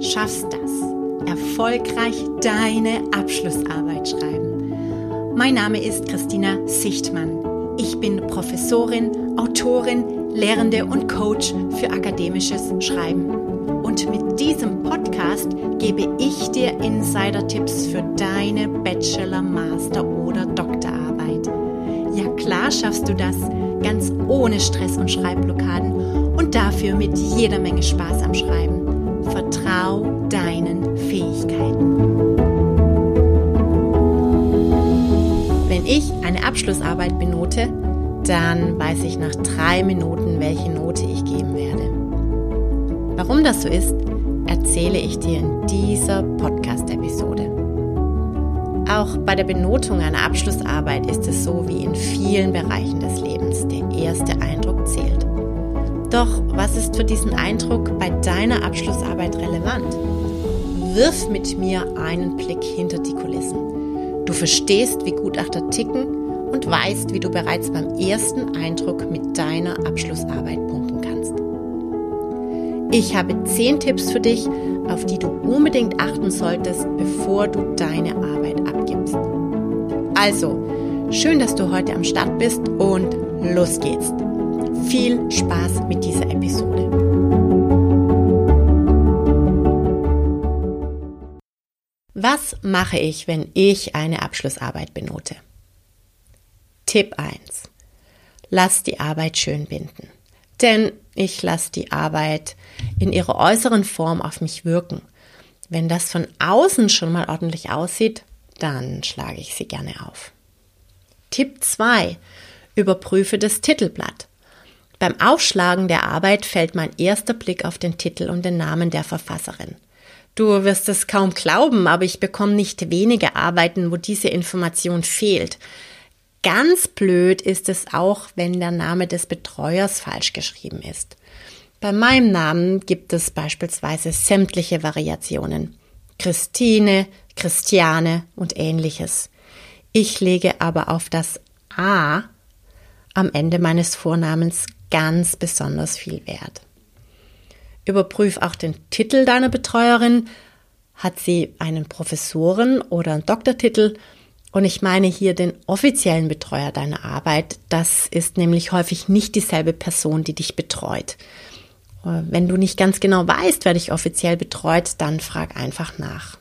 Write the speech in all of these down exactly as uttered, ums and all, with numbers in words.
schaffst das. Erfolgreich deine Abschlussarbeit schreiben. Mein Name ist Christina Sichtmann. Ich bin Professorin, Autorin, Lehrende und Coach für akademisches Schreiben. Und mit diesem Podcast gebe ich dir Insider-Tipps für deine Bachelor-, Master- oder Doktorarbeit. Ja klar schaffst du das, ganz ohne Stress und Schreibblockaden und dafür mit jeder Menge Spaß am Schreiben. Vertrau deinen Fähigkeiten. Wenn ich eine Abschlussarbeit benote, dann weiß ich nach drei Minuten, welche Note ich geben werde. Warum das so ist, erzähle ich dir in dieser Podcast-Episode. Auch bei der Benotung einer Abschlussarbeit ist es so wie in vielen Bereichen des Lebens. Der erste Eindruck zählt. Doch was ist für diesen Eindruck bei deiner Abschlussarbeit relevant? Wirf mit mir einen Blick hinter die Kulissen. Du verstehst, wie Gutachter ticken und weißt, wie du bereits beim ersten Eindruck mit deiner Abschlussarbeit punkten kannst. Ich habe zehn Tipps für dich, auf die du unbedingt achten solltest, bevor du deine Arbeit abgibst. Also, schön, dass du heute am Start bist und los geht's. Viel Spaß mit dieser Episode. Was mache ich, wenn ich eine Abschlussarbeit benote? Tipp eins. Lass die Arbeit schön binden. Denn ich lasse die Arbeit in ihrer äußeren Form auf mich wirken. Wenn das von außen schon mal ordentlich aussieht, dann schlage ich sie gerne auf. Tipp zwei. Überprüfe das Titelblatt. Beim Aufschlagen der Arbeit fällt mein erster Blick auf den Titel und den Namen der Verfasserin. Du wirst es kaum glauben, aber ich bekomme nicht wenige Arbeiten, wo diese Information fehlt. Ganz blöd ist es auch, wenn der Name des Betreuers falsch geschrieben ist. Bei meinem Namen gibt es beispielsweise sämtliche Variationen. Christine, Christiane und ähnliches. Ich lege aber auf das A am Ende meines Vornamens ganz besonders viel Wert. Überprüf auch den Titel deiner Betreuerin. Hat sie einen Professoren- oder einen Doktortitel? Und ich meine hier den offiziellen Betreuer deiner Arbeit. Das ist nämlich häufig nicht dieselbe Person, die dich betreut. Wenn du nicht ganz genau weißt, wer dich offiziell betreut, dann frag einfach nach.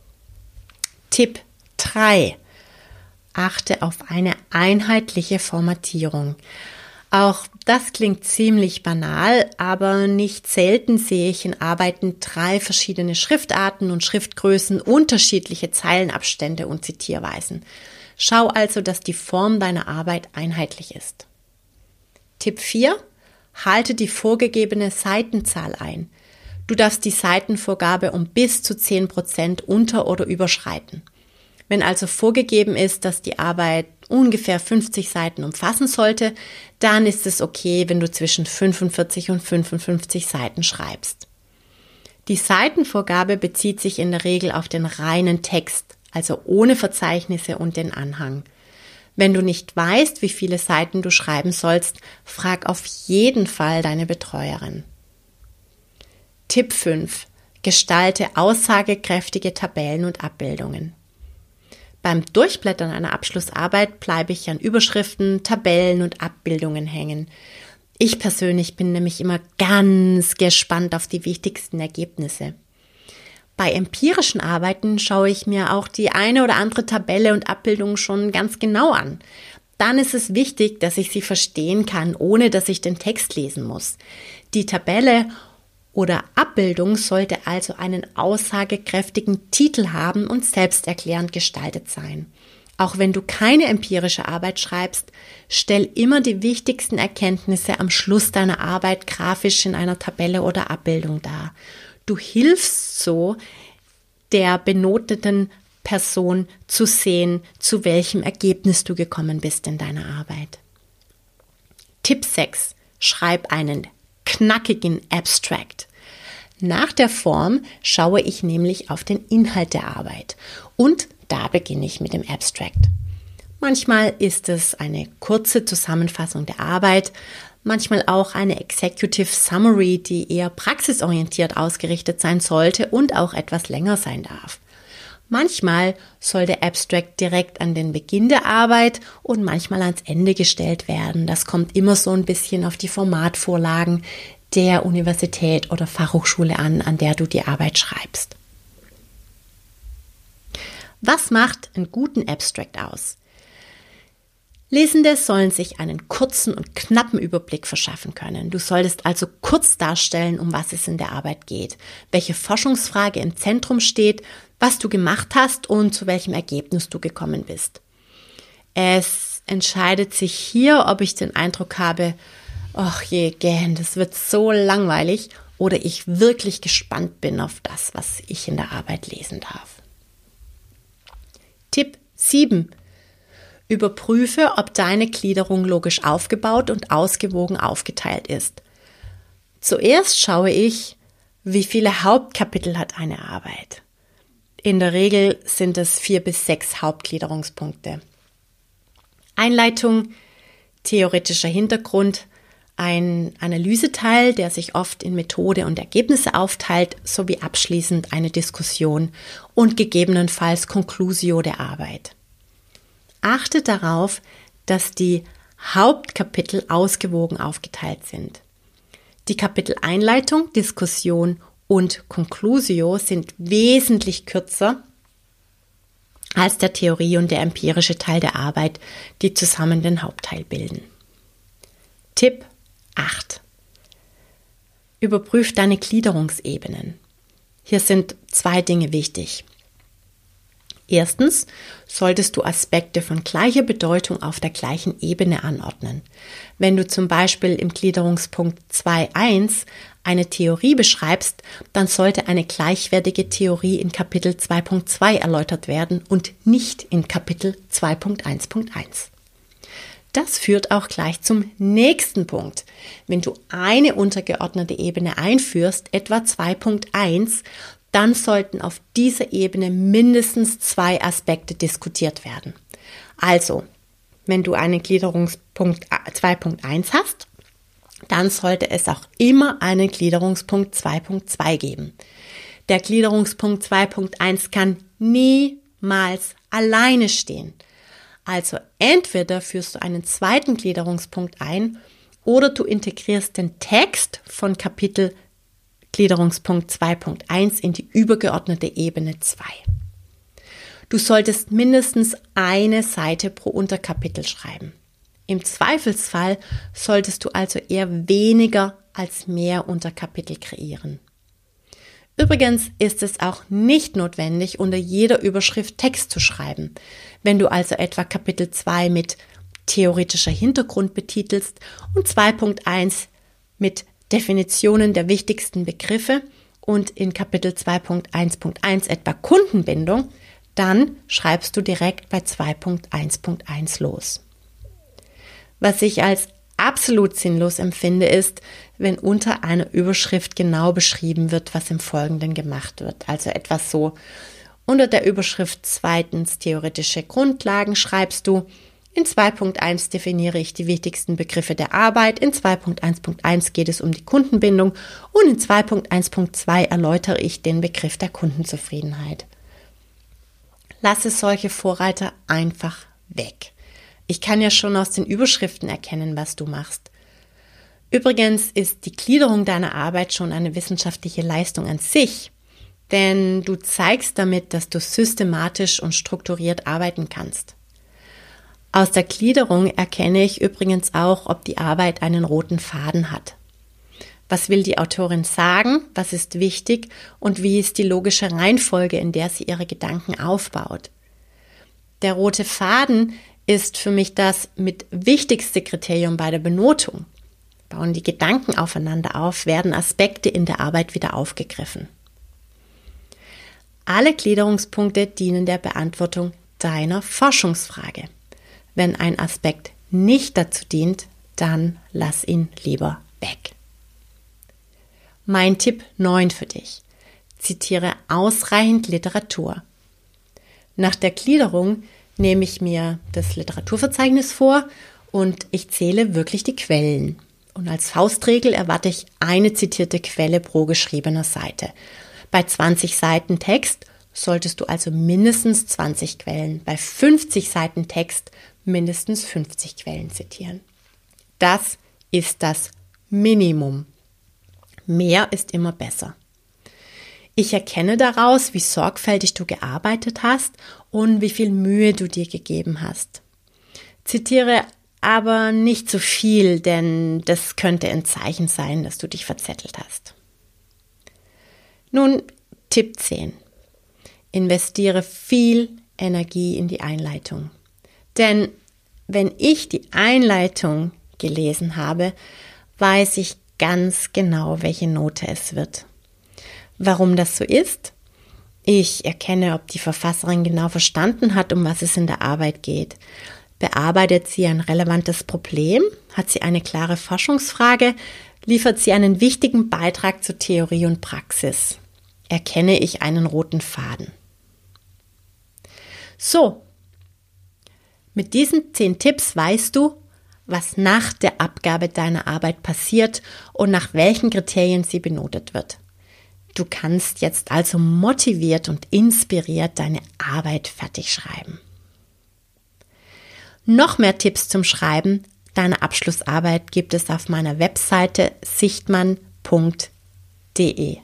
Tipp drei. Achte auf eine einheitliche Formatierung. Auch das klingt ziemlich banal, aber nicht selten sehe ich in Arbeiten drei verschiedene Schriftarten und Schriftgrößen, unterschiedliche Zeilenabstände und Zitierweisen. Schau also, dass die Form deiner Arbeit einheitlich ist. Tipp vier. Halte die vorgegebene Seitenzahl ein. Du darfst die Seitenvorgabe um bis zu zehn Prozent unter- oder überschreiten. Wenn also vorgegeben ist, dass die Arbeit ungefähr fünfzig Seiten umfassen sollte, dann ist es okay, wenn du zwischen fünfundvierzig und fünfundfünfzig Seiten schreibst. Die Seitenvorgabe bezieht sich in der Regel auf den reinen Text, also ohne Verzeichnisse und den Anhang. Wenn du nicht weißt, wie viele Seiten du schreiben sollst, frag auf jeden Fall deine Betreuerin. Tipp fünf. Gestalte aussagekräftige Tabellen und Abbildungen. Beim Durchblättern einer Abschlussarbeit bleibe ich an Überschriften, Tabellen und Abbildungen hängen. Ich persönlich bin nämlich immer ganz gespannt auf die wichtigsten Ergebnisse. Bei empirischen Arbeiten schaue ich mir auch die eine oder andere Tabelle und Abbildung schon ganz genau an. Dann ist es wichtig, dass ich sie verstehen kann, ohne dass ich den Text lesen muss. Die Tabelle oder Abbildung sollte also einen aussagekräftigen Titel haben und selbsterklärend gestaltet sein. Auch wenn du keine empirische Arbeit schreibst, stell immer die wichtigsten Erkenntnisse am Schluss deiner Arbeit grafisch in einer Tabelle oder Abbildung dar. Du hilfst so der benoteten Person zu sehen, zu welchem Ergebnis du gekommen bist in deiner Arbeit. Tipp sechs. Schreib einen knackigen Abstract. Nach der Form schaue ich nämlich auf den Inhalt der Arbeit und da beginne ich mit dem Abstract. Manchmal ist es eine kurze Zusammenfassung der Arbeit, manchmal auch eine Executive Summary, die eher praxisorientiert ausgerichtet sein sollte und auch etwas länger sein darf. Manchmal soll der Abstract direkt an den Beginn der Arbeit und manchmal ans Ende gestellt werden. Das kommt immer so ein bisschen auf die Formatvorlagen der Universität oder Fachhochschule an, an der du die Arbeit schreibst. Was macht einen guten Abstract aus? Lesende sollen sich einen kurzen und knappen Überblick verschaffen können. Du solltest also kurz darstellen, um was es in der Arbeit geht, welche Forschungsfrage im Zentrum steht, was du gemacht hast und zu welchem Ergebnis du gekommen bist. Es entscheidet sich hier, ob ich den Eindruck habe, ach je, gähn, das wird so langweilig, oder ich wirklich gespannt bin auf das, was ich in der Arbeit lesen darf. Tipp sieben. Überprüfe, ob deine Gliederung logisch aufgebaut und ausgewogen aufgeteilt ist. Zuerst schaue ich, wie viele Hauptkapitel hat eine Arbeit. In der Regel sind es vier bis sechs Hauptgliederungspunkte. Einleitung, theoretischer Hintergrund, ein Analyseteil, der sich oft in Methode und Ergebnisse aufteilt, sowie abschließend eine Diskussion und gegebenenfalls Conclusio der Arbeit. Achte darauf, dass die Hauptkapitel ausgewogen aufgeteilt sind. Die Kapitel Einleitung, Diskussion und Conclusio sind wesentlich kürzer als der Theorie- und der empirische Teil der Arbeit, die zusammen den Hauptteil bilden. Tipp acht. Überprüf deine Gliederungsebenen. Hier sind zwei Dinge wichtig. Erstens solltest du Aspekte von gleicher Bedeutung auf der gleichen Ebene anordnen. Wenn du zum Beispiel im Gliederungspunkt zwei Punkt eins eine Theorie beschreibst, dann sollte eine gleichwertige Theorie in Kapitel zwei Punkt zwei erläutert werden und nicht in Kapitel zwei Punkt eins Punkt eins. Das führt auch gleich zum nächsten Punkt. Wenn du eine untergeordnete Ebene einführst, etwa zwei Punkt eins, dann sollten auf dieser Ebene mindestens zwei Aspekte diskutiert werden. Also, wenn du einen Gliederungspunkt zwei Punkt eins hast, dann sollte es auch immer einen Gliederungspunkt zwei Punkt zwei geben. Der Gliederungspunkt zwei Punkt eins kann niemals alleine stehen. Also entweder führst du einen zweiten Gliederungspunkt ein oder du integrierst den Text von Kapitel Gliederungspunkt zwei Punkt eins in die übergeordnete Ebene zwei. Du solltest mindestens eine Seite pro Unterkapitel schreiben. Im Zweifelsfall solltest du also eher weniger als mehr Unterkapitel kreieren. Übrigens ist es auch nicht notwendig, unter jeder Überschrift Text zu schreiben. Wenn du also etwa Kapitel zwei mit theoretischer Hintergrund betitelst und zwei Punkt eins mit Definitionen der wichtigsten Begriffe und in Kapitel zwei Punkt eins Punkt eins etwa Kundenbindung, dann schreibst du direkt bei zwei Punkt eins Punkt eins los. Was ich als absolut sinnlos empfinde, ist, wenn unter einer Überschrift genau beschrieben wird, was im Folgenden gemacht wird. Also etwas so: Unter der Überschrift zweitens theoretische Grundlagen schreibst du: In zwei Punkt eins definiere ich die wichtigsten Begriffe der Arbeit, in zwei Punkt eins Punkt eins geht es um die Kundenbindung und in zwei Punkt eins Punkt zwei erläutere ich den Begriff der Kundenzufriedenheit. Lasse solche Vorreiter einfach weg. Ich kann ja schon aus den Überschriften erkennen, was du machst. Übrigens ist die Gliederung deiner Arbeit schon eine wissenschaftliche Leistung an sich, denn du zeigst damit, dass du systematisch und strukturiert arbeiten kannst. Aus der Gliederung erkenne ich übrigens auch, ob die Arbeit einen roten Faden hat. Was will die Autorin sagen? Was ist wichtig? Und wie ist die logische Reihenfolge, in der sie ihre Gedanken aufbaut? Der rote Faden ist für mich das mit wichtigste Kriterium bei der Benotung. Bauen die Gedanken aufeinander auf, werden Aspekte in der Arbeit wieder aufgegriffen. Alle Gliederungspunkte dienen der Beantwortung deiner Forschungsfrage. Wenn ein Aspekt nicht dazu dient, dann lass ihn lieber weg. Mein Tipp neun für dich: Zitiere ausreichend Literatur. Nach der Gliederung nehme ich mir das Literaturverzeichnis vor und ich zähle wirklich die Quellen. Und als Faustregel erwarte ich eine zitierte Quelle pro geschriebener Seite. Bei zwanzig Seiten Text solltest du also mindestens zwanzig Quellen, bei fünfzig Seiten Text mindestens fünfzig Quellen zitieren. Das ist das Minimum. Mehr ist immer besser. Ich erkenne daraus, wie sorgfältig du gearbeitet hast und wie viel Mühe du dir gegeben hast. Zitiere aber nicht zu viel, denn das könnte ein Zeichen sein, dass du dich verzettelt hast. Nun, Tipp zehn. Investiere viel Energie in die Einleitung. Denn wenn ich die Einleitung gelesen habe, weiß ich ganz genau, welche Note es wird. Warum das so ist? Ich erkenne, ob die Verfasserin genau verstanden hat, um was es in der Arbeit geht. Bearbeitet sie ein relevantes Problem? Hat sie eine klare Forschungsfrage? Liefert sie einen wichtigen Beitrag zu Theorie und Praxis? Erkenne ich einen roten Faden? So, mit diesen zehn Tipps weißt du, was nach der Abgabe deiner Arbeit passiert und nach welchen Kriterien sie benotet wird. Du kannst jetzt also motiviert und inspiriert deine Arbeit fertig schreiben. Noch mehr Tipps zum Schreiben deiner Abschlussarbeit gibt es auf meiner Webseite sichtmann punkt de.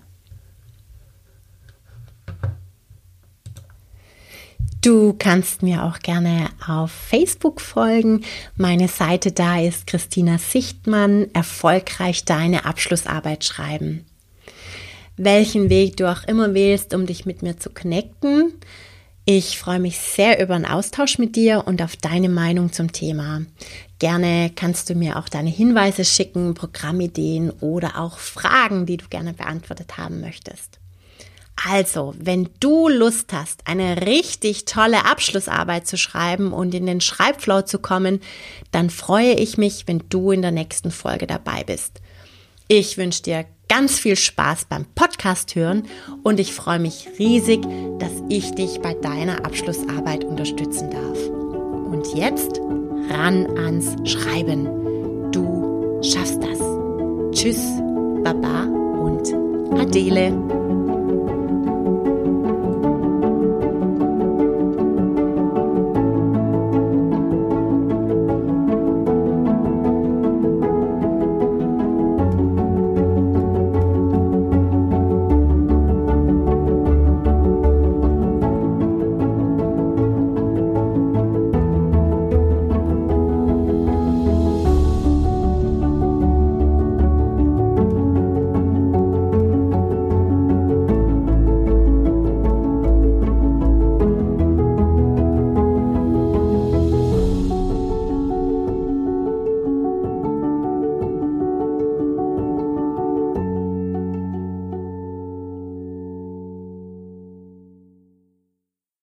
Du kannst mir auch gerne auf Facebook folgen. Meine Seite da ist Christina Sichtmann, erfolgreich deine Abschlussarbeit schreiben. Welchen Weg du auch immer wählst, um dich mit mir zu connecten. Ich freue mich sehr über einen Austausch mit dir und auf deine Meinung zum Thema. Gerne kannst du mir auch deine Hinweise schicken, Programmideen oder auch Fragen, die du gerne beantwortet haben möchtest. Also, wenn du Lust hast, eine richtig tolle Abschlussarbeit zu schreiben und in den Schreibflow zu kommen, dann freue ich mich, wenn du in der nächsten Folge dabei bist. Ich wünsche dir ganz viel Spaß beim Podcast hören und ich freue mich riesig, dass ich dich bei deiner Abschlussarbeit unterstützen darf. Und jetzt ran ans Schreiben. Du schaffst das. Tschüss, Baba und Adele.